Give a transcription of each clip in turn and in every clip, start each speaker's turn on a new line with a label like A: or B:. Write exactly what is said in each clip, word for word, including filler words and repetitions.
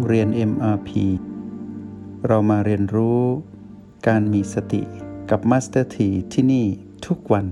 A: เรียน เอ็ม อาร์ พี เรามาเรียนรู้การมีสติกับ Master T ที่นี่ทุกวัน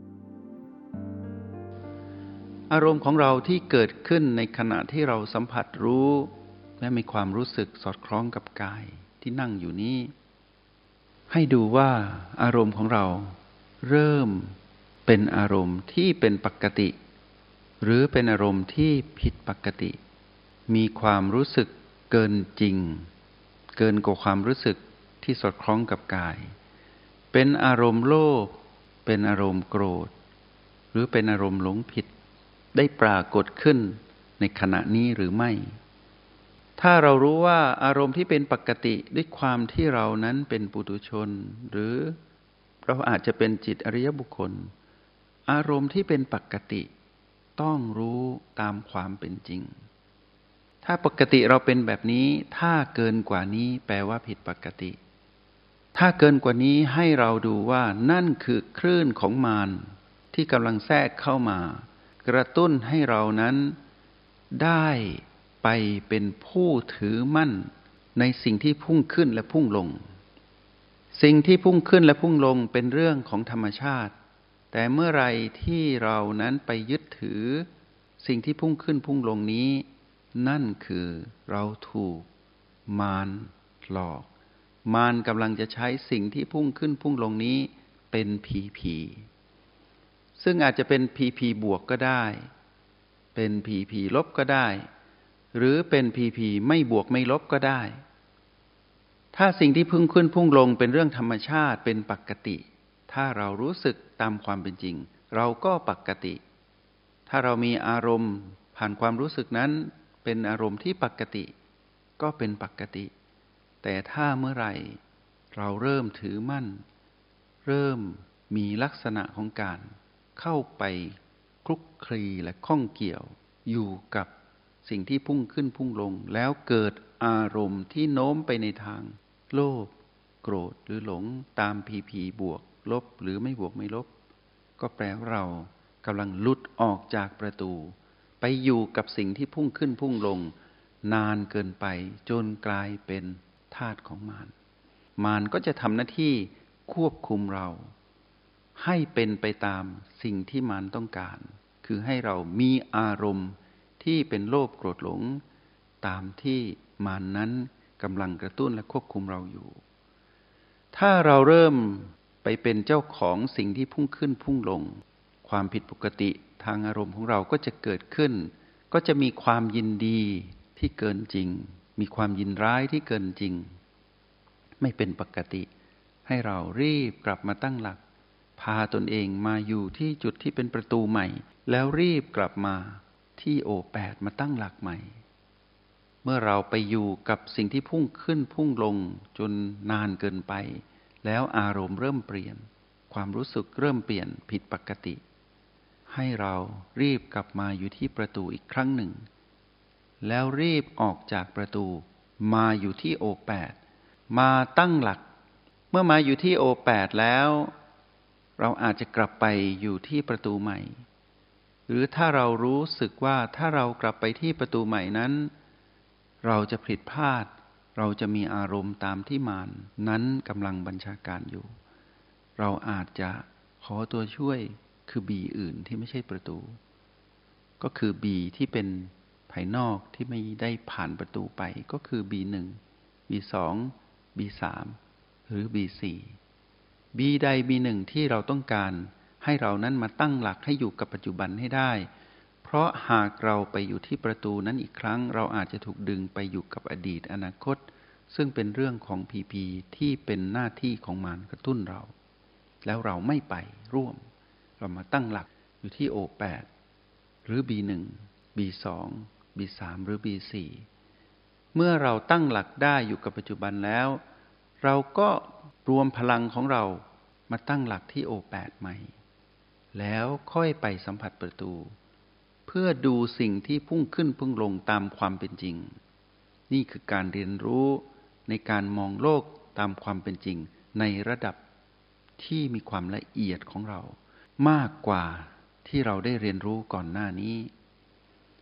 A: อารมณ์ของเราที่เกิดขึ้นในขณะที่เราสัมผัสรู้และมีความรู้สึกสอดคล้องกับกายที่นั่งอยู่นี้ให้ดูว่าอารมณ์ของเราเริ่มเป็นอารมณ์ที่เป็นปกติหรือเป็นอารมณ์ที่ผิดปกติมีความรู้สึกเกินจริงเกินกว่าความรู้สึกที่สอดคล้องกับกายเป็นอารมณ์โลภเป็นอารมณ์โกรธหรือเป็นอารมณ์หลงผิดได้ปรากฏขึ้นในขณะนี้หรือไม่ถ้าเรารู้ว่าอารมณ์ที่เป็นปกติด้วยความที่เรานั้นเป็นปุถุชนหรือเราอาจจะเป็นจิตอริยบุคคลอารมณ์ที่เป็นปกติต้องรู้ตามความเป็นจริงถ้าปกติเราเป็นแบบนี้ถ้าเกินกว่านี้แปลว่าผิดปกติถ้าเกินกว่านี้ให้เราดูว่านั่นคือคลื่นของมารที่กำลังแทรกเข้ามากระตุ้นให้เรานั้นได้ไปเป็นผู้ถือมั่นในสิ่งที่พุ่งขึ้นและพุ่งลงสิ่งที่พุ่งขึ้นและพุ่งลงเป็นเรื่องของธรรมชาติแต่เมื่อไรที่เรานั้นไปยึดถือสิ่งที่พุ่งขึ้นพุ่งลงนี้นั่นคือเราถูกมารหลอกมารกำลังจะใช้สิ่งที่พุ่งขึ้นพุ่งลงนี้เป็นผีผีซึ่งอาจจะเป็นผีผีบวกก็ได้เป็นผีผีลบก็ได้หรือเป็นผีผีไม่บวกไม่ลบก็ได้ถ้าสิ่งที่พุ่งขึ้นพุ่งลงเป็นเรื่องธรรมชาติเป็นปกติถ้าเรารู้สึกตามความเป็นจริงเราก็ปกติถ้าเรามีอารมณ์ผ่านความรู้สึกนั้นเป็นอารมณ์ที่ปกติก็เป็นปกติแต่ถ้าเมื่อไหร่เราเริ่มถือมั่นเริ่มมีลักษณะของการเข้าไปคลุกคลีและข้องเกี่ยวอยู่กับสิ่งที่พุ่งขึ้นพุ่งลงแล้วเกิดอารมณ์ที่โน้มไปในทางโลภโกรธหรือหลงตามผีผีบวกลบหรือไม่บวกไม่ลบก็แปลว่าเรากำลังหลุดออกจากประตูไปอยู่กับสิ่งที่พุ่งขึ้นพุ่งลงนานเกินไปจนกลายเป็นทาสของมารมารก็จะทำหน้าที่ควบคุมเราให้เป็นไปตามสิ่งที่มารต้องการคือให้เรามีอารมณ์ที่เป็นโลภโกรธหลงตามที่มารนั้นกำลังกระตุ้นและควบคุมเราอยู่ถ้าเราเริ่มไปเป็นเจ้าของสิ่งที่พุ่งขึ้นพุ่งลงความผิดปกติทางอารมณ์ของเราก็จะเกิดขึ้นก็จะมีความยินดีที่เกินจริงมีความยินร้ายที่เกินจริงไม่เป็นปกติให้เรารีบกลับมาตั้งหลักพาตนเองมาอยู่ที่จุดที่เป็นประตูใหม่แล้วรีบกลับมาที่โอแปดมาตั้งหลักใหม่เมื่อเราไปอยู่กับสิ่งที่พุ่งขึ้นพุ่งลงจนนานเกินไปแล้วอารมณ์เริ่มเปลี่ยนความรู้สึกเริ่มเปลี่ยนผิดปกติให้เรารีบกลับมาอยู่ที่ประตูอีกครั้งหนึ่งแล้วรีบออกจากประตูมาอยู่ที่โอแปดมาตั้งหลักเมื่อมาอยู่ที่โอแปดแล้วเราอาจจะกลับไปอยู่ที่ประตูใหม่หรือถ้าเรารู้สึกว่าถ้าเรากลับไปที่ประตูใหม่นั้นเราจะผิดพลาดเราจะมีอารมณ์ตามที่มารนั้นกำลังบัญชาการอยู่เราอาจจะขอตัวช่วยคือบีอื่นที่ไม่ใช่ประตูก็คือบีที่เป็นภายนอกที่ไม่ได้ผ่านประตูไปก็คือบีหนึ่งบีสองบีสามหรือบีสี่บีใดบีหนึ่งที่เราต้องการให้เรานั้นมาตั้งหลักให้อยู่กับปัจจุบันให้ได้เพราะหากเราไปอยู่ที่ประตูนั้นอีกครั้งเราอาจจะถูกดึงไปอยู่กับอดีตอนาคตซึ่งเป็นเรื่องของพีพีที่เป็นหน้าที่ของมารกระตุ้นเราแล้วเราไม่ไปร่วมเรามาตั้งหลักอยู่ที่โอแปดหรือ บี หนึ่ง บี สอง บี สาม หรือ บี สี่ เมื่อเราตั้งหลักได้อยู่กับปัจจุบันแล้วเราก็รวมพลังของเรามาตั้งหลักที่โอแปดใหม่แล้วค่อยไปสัมผัสประตูเพื่อดูสิ่งที่พุ่งขึ้นพุ่งลงตามความเป็นจริงนี่คือการเรียนรู้ในการมองโลกตามความเป็นจริงในระดับที่มีความละเอียดของเรามากกว่าที่เราได้เรียนรู้ก่อนหน้านี้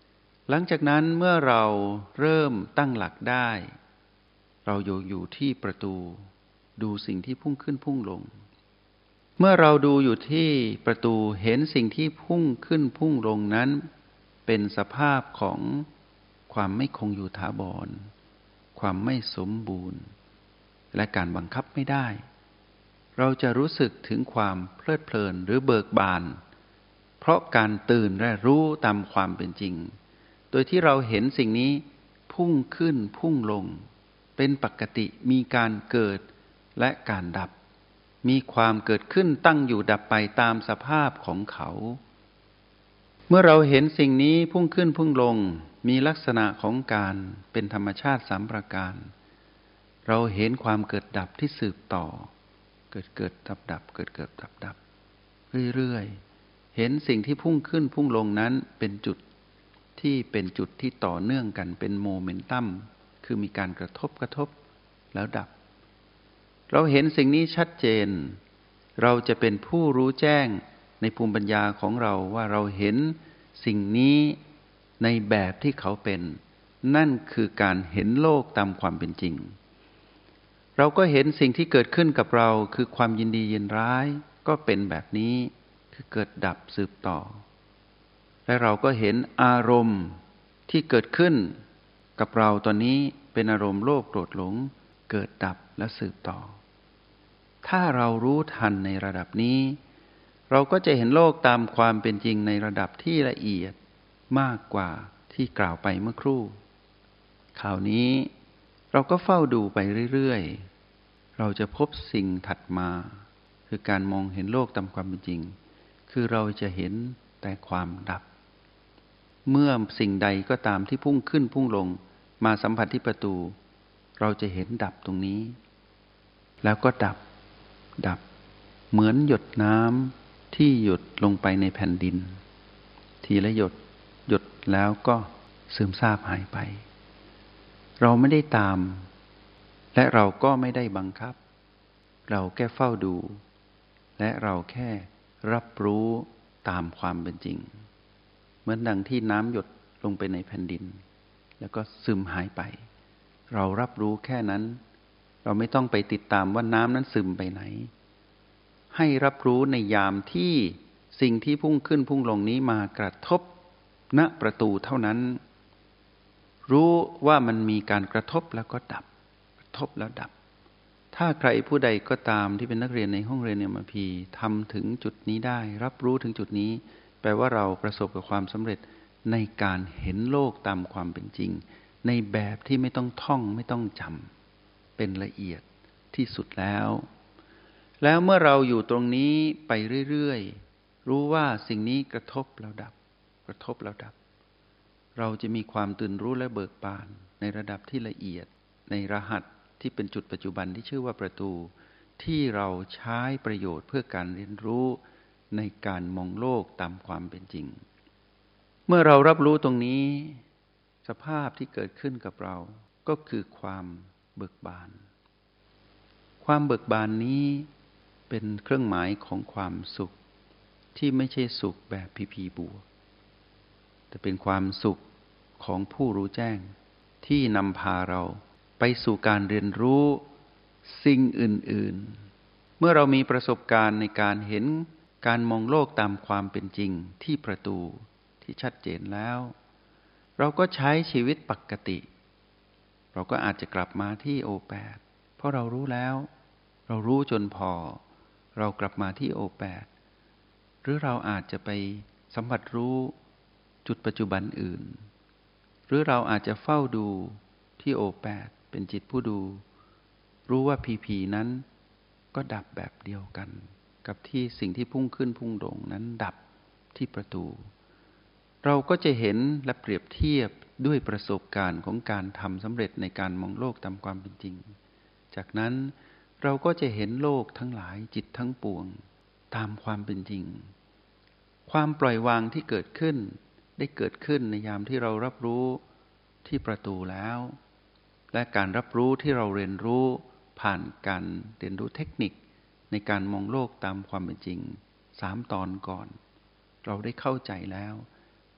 A: หลังจากนั้นเมื่อเราเริ่มตั้งหลักได้ เราอยู่อยู่ที่ประตูดูสิ่งที่พุ่งขึ้นพุ่งลง เมื่อเราดูอยู่ที่ประตูเห็นสิ่งที่พุ่งขึ้นพุ่งลงนั้นเป็นสภาพของความไม่คงอยู่ถาวร ความไม่สมบูรณ์และการบังคับไม่ได้ เราจะรู้สึกถึงความเพลิดเพลินหรือเบิกบานเพราะการตื่นและรู้ตามความเป็นจริงโดยที่เราเห็นสิ่งนี้พุ่งขึ้นพุ่งลงเป็นปกติมีการเกิดและการดับมีความเกิดขึ้นตั้งอยู่ดับไปตามสภาพของเขาเมื่อเราเห็นสิ่งนี้พุ่งขึ้นพุ่งลงมีลักษณะของการเป็นธรรมชาติสามประการเราเห็นความเกิดดับที่สืบต่อเกิดเกิดดับดับเกิดเกิดดับดับเรื่อยๆเห็นสิ่งที่พุ่งขึ้นพุ่งลงนั้นเป็นจุดที่เป็นจุดที่ต่อเนื่องกันเป็นโมเมนตัมคือมีการกระทบกระทบแล้วดับเราเห็นสิ่งนี้ชัดเจนเราจะเป็นผู้รู้แจ้งในภูมิปัญญาของเราว่าเราเห็นสิ่งนี้ในแบบที่เขาเป็นนั่นคือการเห็นโลกตามความเป็นจริงเราก็เห็นสิ่งที่เกิดขึ้นกับเราคือความยินดียินร้ายก็เป็นแบบนี้คือเกิดดับสืบต่อและเราก็เห็นอารมณ์ที่เกิดขึ้นกับเราตอนนี้เป็นอารมณ์โลภโกรธหลงเกิดดับและสืบต่อถ้าเรารู้ทันในระดับนี้เราก็จะเห็นโลกตามความเป็นจริงในระดับที่ละเอียดมากกว่าที่กล่าวไปเมื่อครู่คราวนี้เราก็เฝ้าดูไปเรื่อยๆเราจะพบสิ่งถัดมาคือการมองเห็นโลกตามความเป็นจริงคือเราจะเห็นแต่ความดับเมื่อสิ่งใดก็ตามที่พุ่งขึ้นพุ่งลงมาสัมผัสที่ประตูเราจะเห็นดับตรงนี้แล้วก็ดับดับเหมือนหยดน้ำที่หยดลงไปในแผ่นดินทีละหยดหยดแล้วก็ซึมซาบหายไปเราไม่ได้ตามและเราก็ไม่ได้บังคับเราแค่เฝ้าดูและเราแค่รับรู้ตามความเป็นจริงเหมือนดังที่น้ำหยดลงไปในแผ่นดินแล้วก็ซึมหายไปเรารับรู้แค่นั้นเราไม่ต้องไปติดตามว่าน้ำนั้นซึมไปไหนให้รับรู้ในยามที่สิ่งที่พุ่งขึ้นพุ่งลงนี้มากระทบณประตูเท่านั้นรู้ว่ามันมีการกระทบแล้วก็ดับกระทบแล้วดับถ้าใครผู้ใดก็ตามที่เป็นนักเรียนในห้องเรียน เอ็ม อาร์ พี ทำถึงจุดนี้ได้รับรู้ถึงจุดนี้แปลว่าเราประสบกับความสำเร็จในการเห็นโลกตามความเป็นจริงในแบบที่ไม่ต้องท่องไม่ต้องจำเป็นละเอียดที่สุดแล้วแล้วเมื่อเราอยู่ตรงนี้ไปเรื่อยๆรู้ว่าสิ่งนี้กระทบแล้วดับกระทบแล้วดับเราจะมีความตื่นรู้และเบิกบานในระดับที่ละเอียดในรหัสที่เป็นจุดปัจจุบันที่ชื่อว่าประตูที่เราใช้ประโยชน์เพื่อการเรียนรู้ในการมองโลกตามความเป็นจริงเมื่อเรารับรู้ตรงนี้สภาพที่เกิดขึ้นกับเราก็คือความเบิกบานความเบิกบานนี้เป็นเครื่องหมายของความสุขที่ไม่ใช่สุขแบบพีพีบวกแต่เป็นความสุขของผู้รู้แจ้งที่นำพาเราไปสู่การเรียนรู้สิ่งอื่นๆเมื่อเรามีประสบการณ์ในการเห็นการมองโลกตามความเป็นจริงที่ประตูที่ชัดเจนแล้วเราก็ใช้ชีวิตปกติเราก็อาจจะกลับมาที่โอแปดเพราะเรารู้แล้วเรารู้จนพอเรากลับมาที่โอแปดหรือเราอาจจะไปสัมผัสรู้จุดปัจจุบันอื่นหรือเราอาจจะเฝ้าดูที่โอแปดเป็นจิตผู้ดูรู้ว่าพีพีนั้นก็ดับแบบเดียวกันกับที่สิ่งที่พุ่งขึ้นพุ่งลงนั้นดับที่ประตูเราก็จะเห็นและเปรียบเทียบด้วยประสบการณ์ของการทำสำเร็จในการมองโลกตามความเป็นจริงจากนั้นเราก็จะเห็นโลกทั้งหลายจิตทั้งปวงตามความเป็นจริงความปล่อยวางที่เกิดขึ้นได้เกิดขึ้นในยามที่เรารับรู้ที่ประตูแล้วและการรับรู้ที่เราเรียนรู้ผ่านการเรียนรู้เทคนิคในการมองโลกตามความเป็นจริงสามตอนก่อนเราได้เข้าใจแล้ว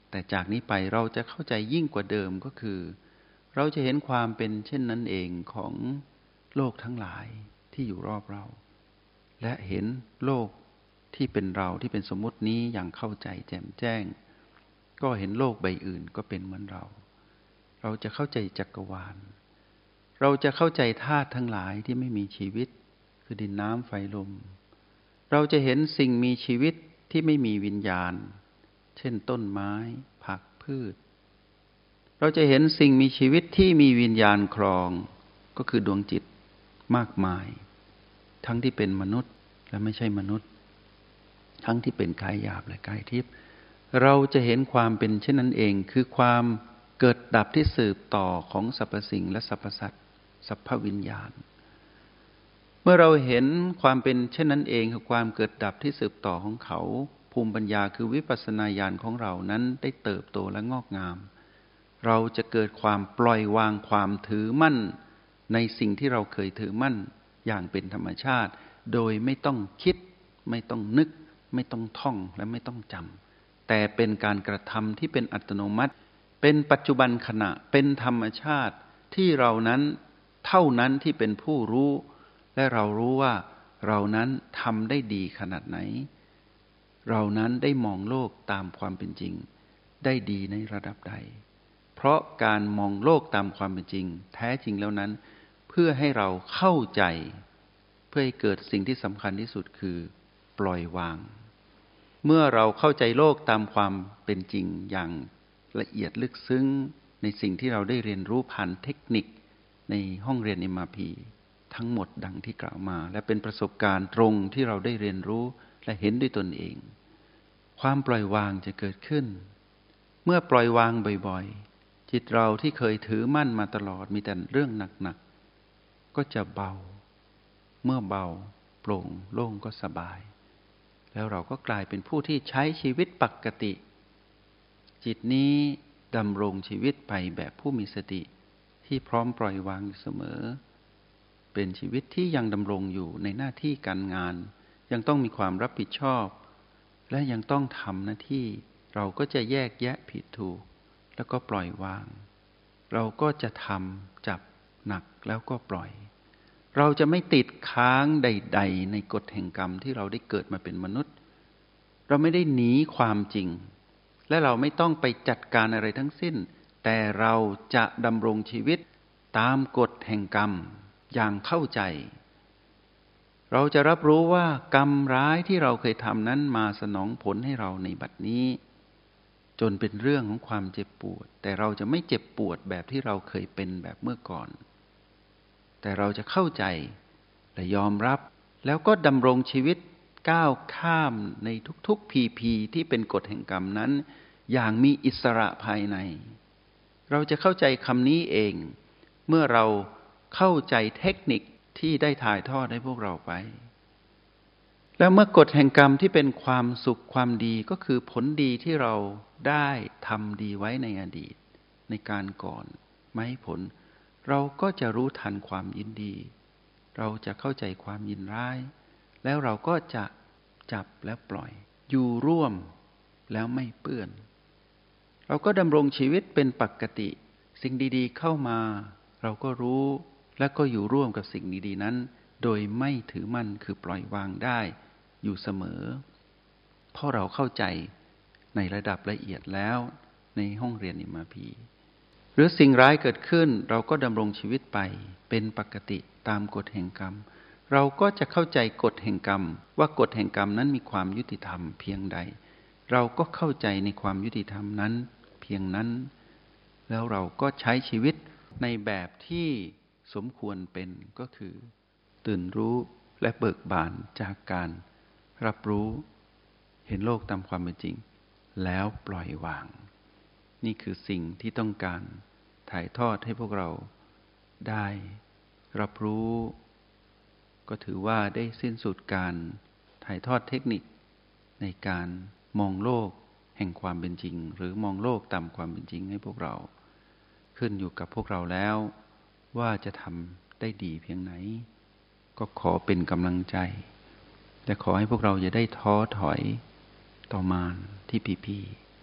A: แต่จากนี้ไปเราจะเข้าใจยิ่งกว่าเดิมก็คือเราจะเห็นความเป็นเช่นนั้นเองของโลกทั้งหลายที่อยู่รอบเราและเห็นโลกที่เป็นเราที่เป็นสมมุตินี้อย่างเข้าใจแจ่มแจ้งก็เห็นโลกใบอื่นก็เป็นเหมือนเราเราจะเข้าใจจักรวาลเราจะเข้าใจธาตุทั้งหลายที่ไม่มีชีวิตคือดินน้ำไฟลมเราจะเห็นสิ่งมีชีวิตที่ไม่มีวิญญาณเช่นต้นไม้ผักพืชเราจะเห็นสิ่งมีชีวิตที่มีวิญญาณครองก็คือดวงจิตมากมายทั้งที่เป็นมนุษย์และไม่ใช่มนุษย์ทั้งที่เป็นกายหยาบและกายทิพย์เราจะเห็นความเป็นเช่นนั้นเองคือความเกิดดับที่สืบต่อของสรรพสิ่งและสรรพสัตว์สรรพวิญญาณเมื่อเราเห็นความเป็นเช่นนั้นเองคือความเกิดดับที่สืบต่อของเขาภูมิปัญญาคือวิปัสสนาญาณของเรานั้นได้เติบโตและงอกงามเราจะเกิดความปล่อยวางความถือมั่นในสิ่งที่เราเคยถือมั่นอย่างเป็นธรรมชาติโดยไม่ต้องคิดไม่ต้องนึกไม่ต้องท่องและไม่ต้องจำแต่เป็นการกระทำที่เป็นอัตโนมัติเป็นปัจจุบันขณะเป็นธรรมชาติที่เรานั้นเท่านั้นที่เป็นผู้รู้และเรารู้ว่าเรานั้นทำได้ดีขนาดไหนเรานั้นได้มองโลกตามความเป็นจริงได้ดีในระดับใดเพราะการมองโลกตามความเป็นจริงแท้จริงแล้วนั้นเพื่อให้เราเข้าใจเพื่อให้เกิดสิ่งที่สำคัญที่สุดคือปล่อยวางเมื่อเราเข้าใจโลกตามความเป็นจริงอย่างละเอียดลึกซึ้งในสิ่งที่เราได้เรียนรู้ผ่านเทคนิคในห้องเรียน เอ็ม อาร์ พี ทั้งหมดดังที่กล่าวมาและเป็นประสบการณ์ตรงที่เราได้เรียนรู้และเห็นด้วยตนเองความปล่อยวางจะเกิดขึ้นเมื่อปล่อยวางบ่อยๆจิตเราที่เคยถือมั่นมาตลอดมีแต่เรื่องหนักๆก็จะเบาเมื่อเบาโปร่งโล่งก็สบายแล้วเราก็กลายเป็นผู้ที่ใช้ชีวิตปกติจิตนี้ดำรงชีวิตไปแบบผู้มีสติที่พร้อมปล่อยวางอยู่เสมอเป็นชีวิตที่ยังดำรงอยู่ในหน้าที่การงานยังต้องมีความรับผิดชอบและยังต้องทำหน้าที่เราก็จะแยกแยะผิดถูกแล้วก็ปล่อยวางเราก็จะทำจับหนักแล้วก็ปล่อยเราจะไม่ติดค้างใดๆในกฎแห่งกรรมที่เราได้เกิดมาเป็นมนุษย์เราไม่ได้หนีความจริงและเราไม่ต้องไปจัดการอะไรทั้งสิ้นแต่เราจะดำรงชีวิตตามกฎแห่งกรรมอย่างเข้าใจเราจะรับรู้ว่ากรรมร้ายที่เราเคยทำนั้นมาสนองผลให้เราในบัดนี้จนเป็นเรื่องของความเจ็บปวดแต่เราจะไม่เจ็บปวดแบบที่เราเคยเป็นแบบเมื่อก่อนแต่เราจะเข้าใจและยอมรับแล้วก็ดำรงชีวิตก้าวข้ามในทุกๆพีพีที่เป็นกฎแห่งกรรมนั้นอย่างมีอิสระภายในเราจะเข้าใจคำนี้เองเมื่อเราเข้าใจเทคนิคที่ได้ถ่ายทอดให้พวกเราไปแล้วเมื่อกฎแห่งกรรมที่เป็นความสุขความดีก็คือผลดีที่เราได้ทำดีไว้ในอดีตในการก่อนไม่ให้ผลเราก็จะรู้ทันความยินดีเราจะเข้าใจความยินร้ายแล้วเราก็จะจับและปล่อยอยู่ร่วมแล้วไม่เปื้อนเราก็ดำรงชีวิตเป็นปกติสิ่งดีๆเข้ามาเราก็รู้และก็อยู่ร่วมกับสิ่งดีๆนั้นโดยไม่ถือมั่นคือปล่อยวางได้อยู่เสมอเพราะเราเข้าใจในระดับละเอียดแล้วในห้องเรียน เอ็ม อาร์ พี หรือสิ่งร้ายเกิดขึ้นเราก็ดำรงชีวิตไปเป็นปกติตามกฎแห่งกรรมเราก็จะเข้าใจกฎแห่งกรรมว่ากฎแห่งกรรมนั้นมีความยุติธรรมเพียงใดเราก็เข้าใจในความยุติธรรมนั้นเพียงนั้นแล้วเราก็ใช้ชีวิตในแบบที่สมควรเป็นก็คือตื่นรู้และเบิกบานจากการรับรู้เห็นโลกตามความเป็นจริงแล้วปล่อยวางนี่คือสิ่งที่ต้องการถ่ายทอดให้พวกเราได้รับรู้ก็ถือว่าได้สิ้นสุดการถ่ายทอดเทคนิคในการมองโลกแห่งความเป็นจริงหรือมองโลกตามความเป็นจริงให้พวกเราขึ้นอยู่กับพวกเราแล้วว่าจะทำได้ดีเพียงไหนก็ขอเป็นกำลังใจและขอให้พวกเราอย่าได้ท้อถอยต่อมารที่พีพี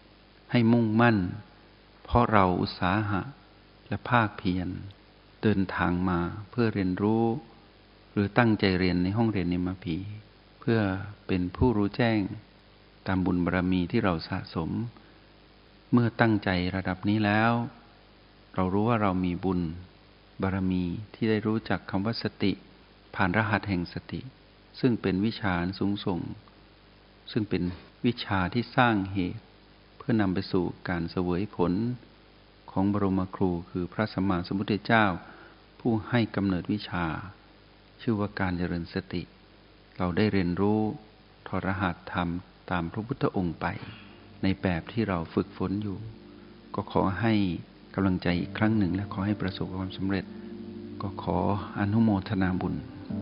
A: ให้มุ่งมั่นเพราะเราอุตสาหะและภาคเพียรเดินทางมาเพื่อเรียนรู้หรือตั้งใจเรียนในห้องเรียน เอ็ม อาร์ พี เพื่อเป็นผู้รู้แจ้งตามบุญบารมีที่เราสะสมเมื่อตั้งใจระดับนี้แล้วเรารู้ว่าเรามีบุญบารมีที่ได้รู้จักคำว่าสติผ่านรหัสแห่งสติซึ่งเป็นวิชาสูงส่งซึ่งเป็นวิชาที่สร้างเหตุเพื่อนำไปสู่การเสวยผลของบรมครูคือพระสัมมาสัมพุทธเจ้าผู้ให้กำเนิดวิชาชื่อว่าการเจริญสติเราได้เรียนรู้ถอดรหัสธรรมตามพระพุทธองค์ไปในแบบที่เราฝึกฝนอยู่ก็ขอให้กำลังใจอีกครั้งหนึ่งและขอให้ประสบความสำเร็จก็ขออนุโมทนาบุญ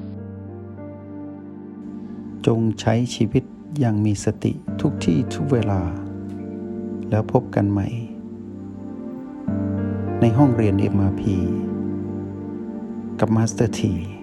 A: จงใช้ชีวิตอย่างมีสติทุกที่ทุกเวลาแล้วพบกันใหม่ในห้องเรียน เอ็ม อาร์ พี กับมาสเตอร์ที